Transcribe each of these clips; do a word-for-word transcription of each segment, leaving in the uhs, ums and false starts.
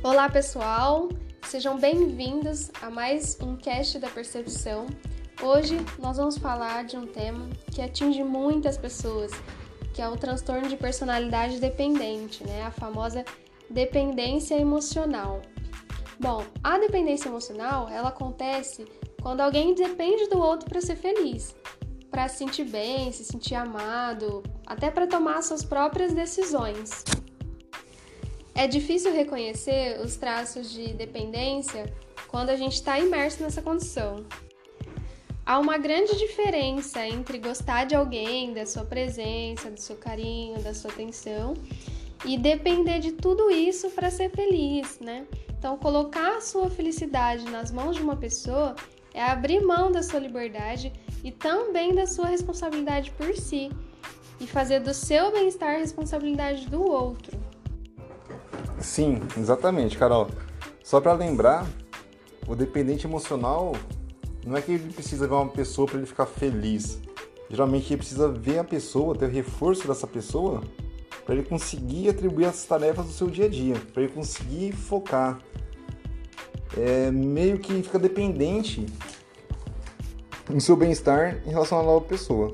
Olá pessoal, sejam bem-vindos a mais um cast da Percepção. Hoje nós vamos falar de um tema que atinge muitas pessoas, que é o transtorno de personalidade dependente, né? A famosa dependência emocional. Bom, a dependência emocional, ela acontece quando alguém depende do outro para ser feliz, para se sentir bem, se sentir amado, até para tomar suas próprias decisões. É difícil reconhecer os traços de dependência quando a gente está imerso nessa condição. Há uma grande diferença entre gostar de alguém, da sua presença, do seu carinho, da sua atenção e depender de tudo isso para ser feliz, né? Então, colocar a sua felicidade nas mãos de uma pessoa é abrir mão da sua liberdade e também da sua responsabilidade por si e fazer do seu bem-estar responsabilidade do outro. Sim, exatamente, Carol. Só para lembrar, o dependente emocional não é que ele precisa ver uma pessoa para ele ficar feliz. Geralmente ele precisa ver a pessoa, ter o reforço dessa pessoa para ele conseguir atribuir as tarefas do seu dia a dia, para ele conseguir focar. É meio que fica dependente no seu bem-estar em relação à nova pessoa.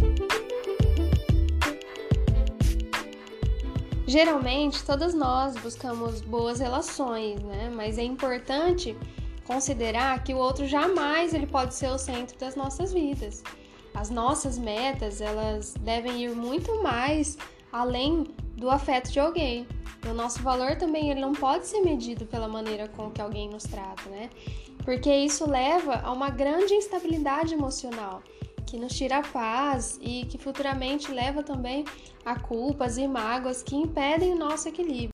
Geralmente, todos nós buscamos boas relações, né? Mas é importante considerar que o outro jamais ele pode ser o centro das nossas vidas. As nossas metas, elas devem ir muito mais além do afeto de alguém. O nosso valor também ele não pode ser medido pela maneira com que alguém nos trata, né? Porque isso leva a uma grande instabilidade emocional, que nos tira a paz e que futuramente leva também a culpas e mágoas que impedem o nosso equilíbrio.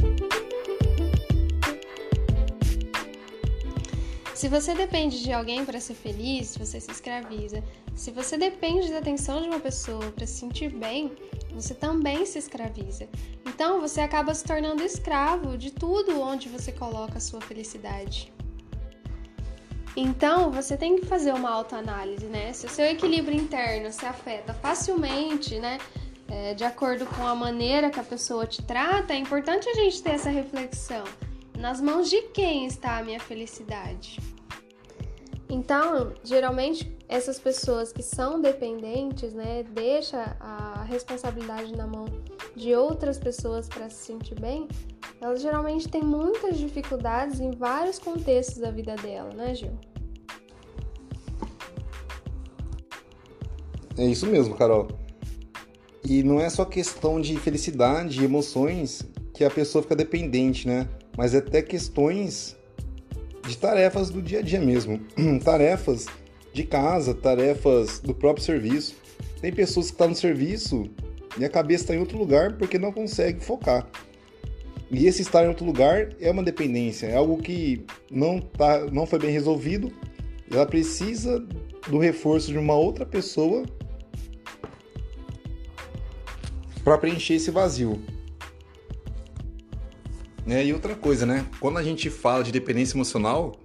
Se você depende de alguém para ser feliz, você se escraviza. Se você depende da atenção de uma pessoa para se sentir bem, você também se escraviza. Então, você acaba se tornando escravo de tudo onde você coloca a sua felicidade. Então, você tem que fazer uma autoanálise, né? Se o seu equilíbrio interno se afeta facilmente, né? É, de acordo com a maneira que a pessoa te trata, é importante a gente ter essa reflexão. Nas mãos de quem está a minha felicidade? Então, geralmente, essas pessoas que são dependentes, né? Deixa a responsabilidade na mão de outras pessoas para se sentir bem, elas geralmente têm muitas dificuldades em vários contextos da vida dela, né, Gil? É isso mesmo, Carol. E não é só questão de felicidade e emoções que a pessoa fica dependente, né? Mas é até questões de tarefas do dia a dia mesmo. Tarefas de casa, tarefas do próprio serviço. Tem pessoas que estão no serviço e a cabeça está em outro lugar porque não consegue focar. E esse estar em outro lugar é uma dependência, é algo que não, tá, não foi bem resolvido. Ela precisa do reforço de uma outra pessoa para preencher esse vazio. É, e outra coisa, né? Quando a gente fala de dependência emocional,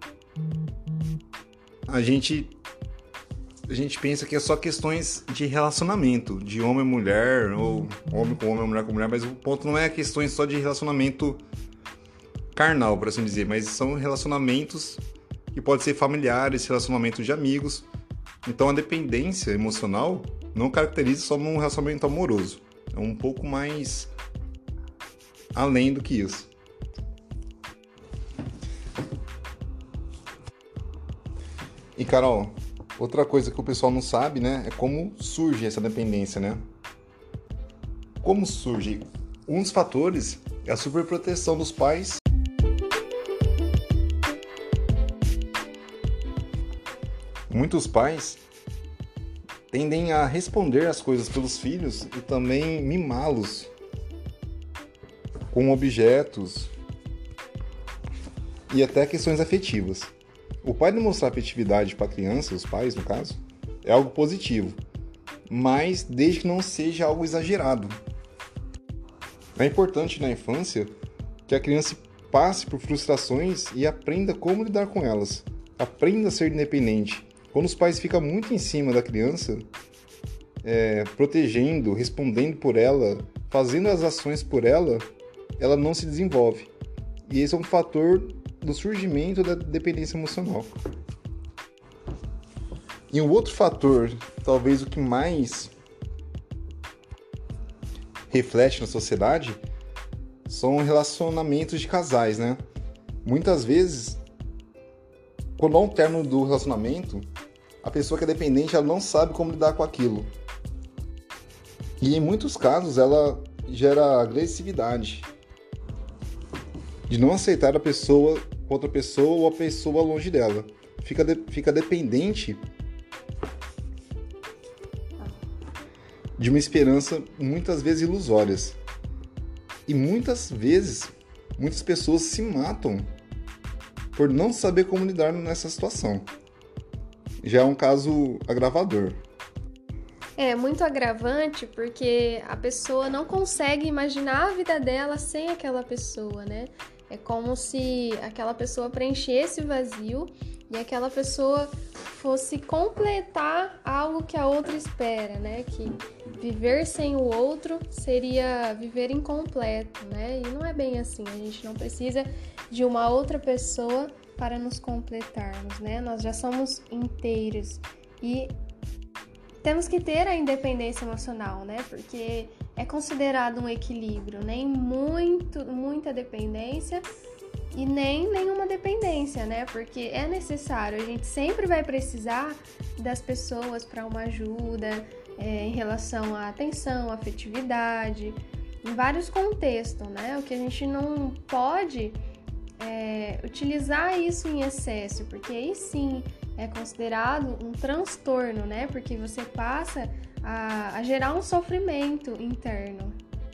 a gente, a gente pensa que é só questões de relacionamento, de homem e mulher, ou homem com homem, mulher com mulher, mas o ponto não é questões só de relacionamento carnal, por assim dizer, mas são relacionamentos que podem ser familiares, relacionamentos de amigos. Então a dependência emocional não caracteriza só um relacionamento amoroso, é um pouco mais além do que isso. E Carol, outra coisa que o pessoal não sabe, né, é como surge essa dependência, né? Como surge? Um dos fatores é a superproteção dos pais. Muitos pais tendem a responder as coisas pelos filhos e também mimá-los com objetos e até questões afetivas. O pai demonstrar afetividade para a criança, os pais no caso, é algo positivo, mas desde que não seja algo exagerado. É importante na infância que a criança passe por frustrações e aprenda como lidar com elas, aprenda a ser independente. Quando os pais ficam muito em cima da criança, é, protegendo, respondendo por ela, fazendo as ações por ela, ela não se desenvolve. E esse é um fator do surgimento da dependência emocional. E um outro fator, talvez o que mais reflete na sociedade, são relacionamentos de casais, né? Muitas vezes, quando há um término do relacionamento, a pessoa que é dependente, ela não sabe como lidar com aquilo. E em muitos casos, ela gera agressividade, de não aceitar a pessoa, outra pessoa ou a pessoa longe dela. Fica, de, fica dependente de uma esperança muitas vezes ilusórias. E muitas vezes, muitas pessoas se matam por não saber como lidar nessa situação. Já é um caso agravador. É muito agravante porque a pessoa não consegue imaginar a vida dela sem aquela pessoa, né? É como se aquela pessoa preenchesse o vazio e aquela pessoa fosse completar algo que a outra espera, né? Que viver sem o outro seria viver incompleto, né? E não é bem assim. A gente não precisa de uma outra pessoa para nos completarmos, né? Nós já somos inteiros e temos que ter a independência emocional, né? Porque é considerado um equilíbrio, nem muito, muita dependência e nem nenhuma dependência, né? Porque é necessário, a gente sempre vai precisar das pessoas para uma ajuda é, em relação à atenção, afetividade, em vários contextos, né? O que a gente não pode é utilizar isso em excesso, porque aí sim é considerado um transtorno, né? Porque você passa a, a gerar um sofrimento interno.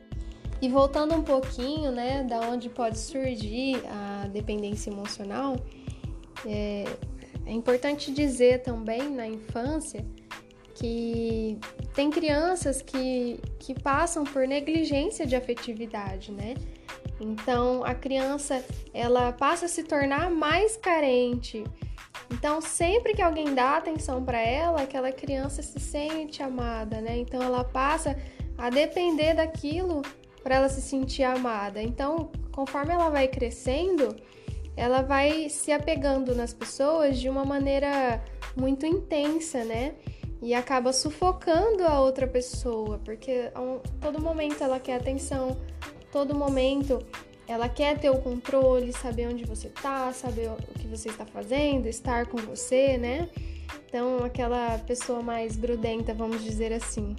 E voltando um pouquinho, né, da onde pode surgir a dependência emocional, é, é importante dizer também na infância que tem crianças que, que passam por negligência de afetividade, né? Então, a criança, ela passa a se tornar mais carente. Então, sempre que alguém dá atenção para ela, aquela criança se sente amada, né? Então, ela passa a depender daquilo para ela se sentir amada. Então, conforme ela vai crescendo, ela vai se apegando nas pessoas de uma maneira muito intensa, né? E acaba sufocando a outra pessoa, porque a um, todo momento ela quer atenção, todo momento ela quer ter o controle, saber onde você tá, saber o que você está fazendo, estar com você, né? Então, aquela pessoa mais grudenta, vamos dizer assim.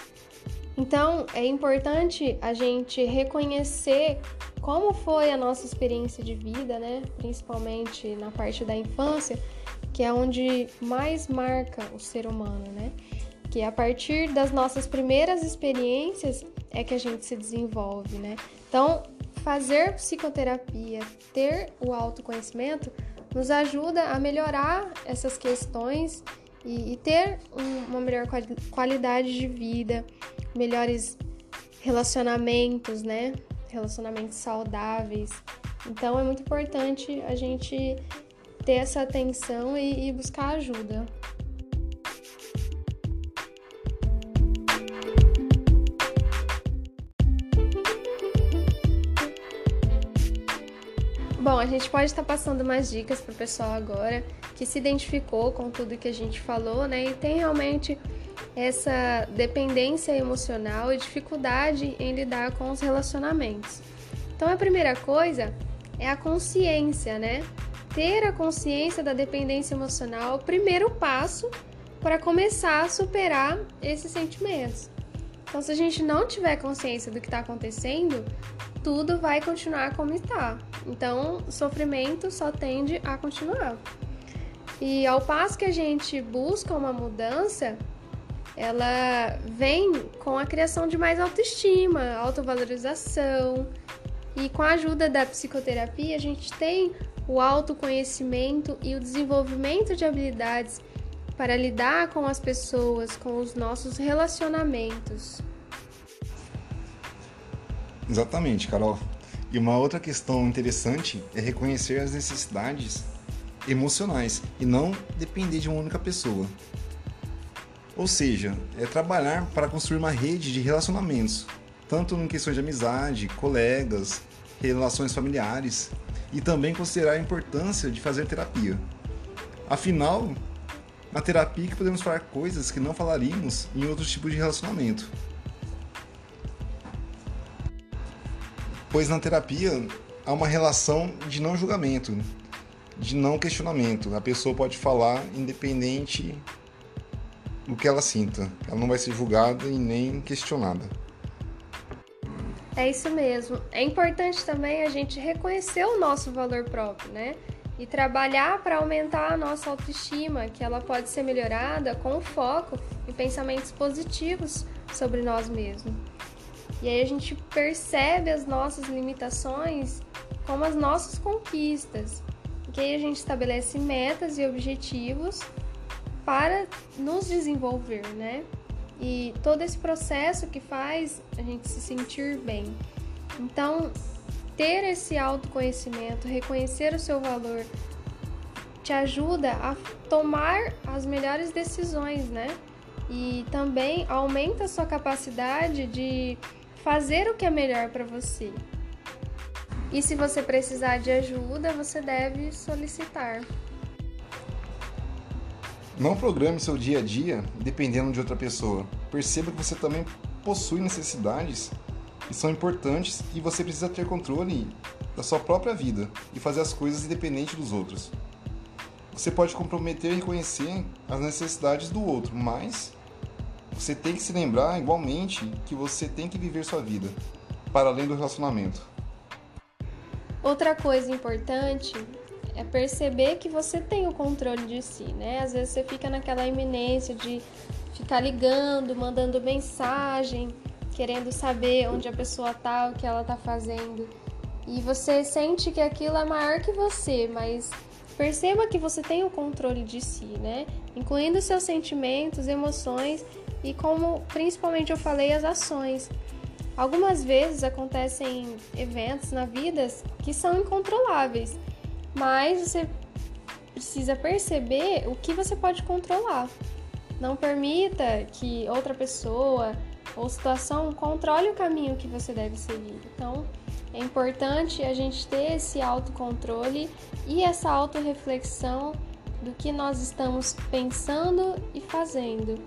Então, é importante a gente reconhecer como foi a nossa experiência de vida, né? Principalmente na parte da infância, que é onde mais marca o ser humano, né? Que a partir das nossas primeiras experiências é que a gente se desenvolve, né? Então, fazer psicoterapia, ter o autoconhecimento, nos ajuda a melhorar essas questões e, e ter um, uma melhor qualidade de vida, melhores relacionamentos, né? Relacionamentos saudáveis. Então, é muito importante a gente ter essa atenção e, e buscar ajuda. Bom, a gente pode estar passando umas dicas para o pessoal agora que se identificou com tudo que a gente falou, né? E tem realmente essa dependência emocional e dificuldade em lidar com os relacionamentos. Então, a primeira coisa é a consciência, né? Ter a consciência da dependência emocional é o primeiro passo para começar a superar esses sentimentos. Então, se a gente não tiver consciência do que está acontecendo, tudo vai continuar como está. Então, o sofrimento só tende a continuar. E ao passo que a gente busca uma mudança, ela vem com a criação de mais autoestima, autovalorização. E com a ajuda da psicoterapia, a gente tem o autoconhecimento e o desenvolvimento de habilidades para lidar com as pessoas, com os nossos relacionamentos. Exatamente, Carol. E uma outra questão interessante é reconhecer as necessidades emocionais e não depender de uma única pessoa. Ou seja, é trabalhar para construir uma rede de relacionamentos, tanto em questões de amizade, colegas, relações familiares e também considerar a importância de fazer terapia. Afinal, na terapia que podemos falar coisas que não falaríamos em outros tipos de relacionamento. Pois na terapia há uma relação de não julgamento, de não questionamento. A pessoa pode falar independente do que ela sinta. Ela não vai ser julgada e nem questionada. É isso mesmo. É importante também a gente reconhecer o nosso valor próprio, né? E trabalhar para aumentar a nossa autoestima, que ela pode ser melhorada com foco em pensamentos positivos sobre nós mesmos. E aí a gente percebe as nossas limitações como as nossas conquistas. E aí a gente estabelece metas e objetivos para nos desenvolver, né? E todo esse processo que faz a gente se sentir bem. Então, ter esse autoconhecimento, reconhecer o seu valor, te ajuda a tomar as melhores decisões, né? E também aumenta a sua capacidade de fazer o que é melhor para você. E se você precisar de ajuda, você deve solicitar. Não programe seu dia a dia dependendo de outra pessoa. Perceba que você também possui necessidades que são importantes e você precisa ter controle da sua própria vida e fazer as coisas independente dos outros. Você pode comprometer e reconhecer as necessidades do outro, mas você tem que se lembrar igualmente que você tem que viver sua vida, para além do relacionamento. Outra coisa importante é perceber que você tem o controle de si, né? Às vezes você fica naquela iminência de ficar ligando, mandando mensagem, querendo saber onde a pessoa tá, o que ela tá fazendo. E você sente que aquilo é maior que você, mas perceba que você tem o controle de si, né? Incluindo seus sentimentos, emoções e, como principalmente eu falei, as ações. Algumas vezes acontecem eventos na vida que são incontroláveis, mas você precisa perceber o que você pode controlar. Não permita que outra pessoa ou situação controle o caminho que você deve seguir. Então, é importante a gente ter esse autocontrole e essa autorreflexão do que nós estamos pensando e fazendo.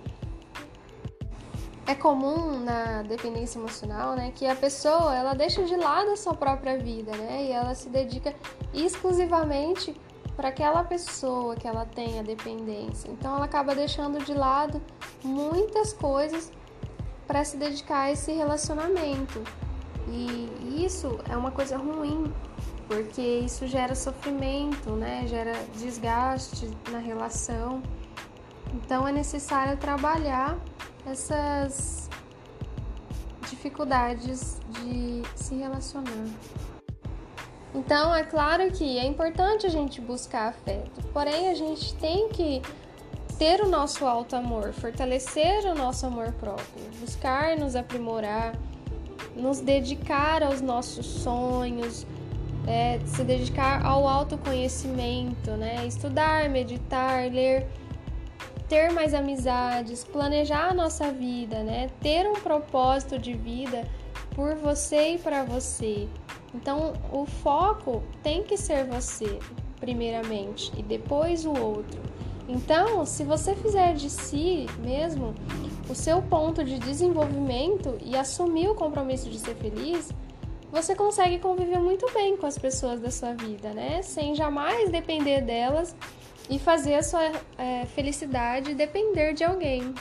É comum na dependência emocional, né, que a pessoa ela deixa de lado a sua própria vida, né, e ela se dedica exclusivamente para aquela pessoa que ela tem a dependência. Então, ela acaba deixando de lado muitas coisas para se dedicar a esse relacionamento. E isso é uma coisa ruim, porque isso gera sofrimento, né, gera desgaste na relação. Então, é necessário trabalhar essas dificuldades de se relacionar. Então, é claro que é importante a gente buscar afeto, porém a gente tem que ter o nosso auto-amor, fortalecer o nosso amor próprio, buscar nos aprimorar, nos dedicar aos nossos sonhos, é, se dedicar ao autoconhecimento, né? Estudar, meditar, ler, ter mais amizades, planejar a nossa vida, né? Ter um propósito de vida por você e para você. Então, o foco tem que ser você, primeiramente, e depois o outro. Então, se você fizer de si mesmo o seu ponto de desenvolvimento e assumir o compromisso de ser feliz, você consegue conviver muito bem com as pessoas da sua vida, né? Sem jamais depender delas e fazer a sua é, felicidade depender de alguém.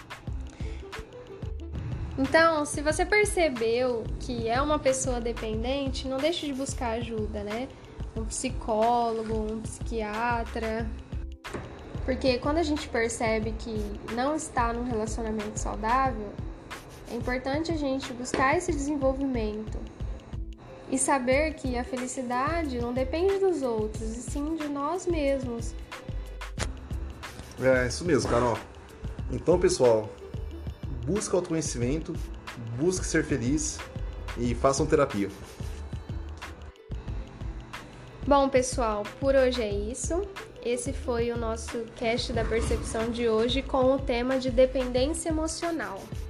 Então, se você percebeu que é uma pessoa dependente, não deixe de buscar ajuda, né? Um psicólogo, um psiquiatra. Porque quando a gente percebe que não está num relacionamento saudável, é importante a gente buscar esse desenvolvimento e saber que a felicidade não depende dos outros, e sim de nós mesmos. É isso mesmo, Carol. Então, pessoal, busque autoconhecimento, busque ser feliz e façam terapia. Bom, pessoal, por hoje é isso. Esse foi o nosso cast da percepção de hoje com o tema de dependência emocional.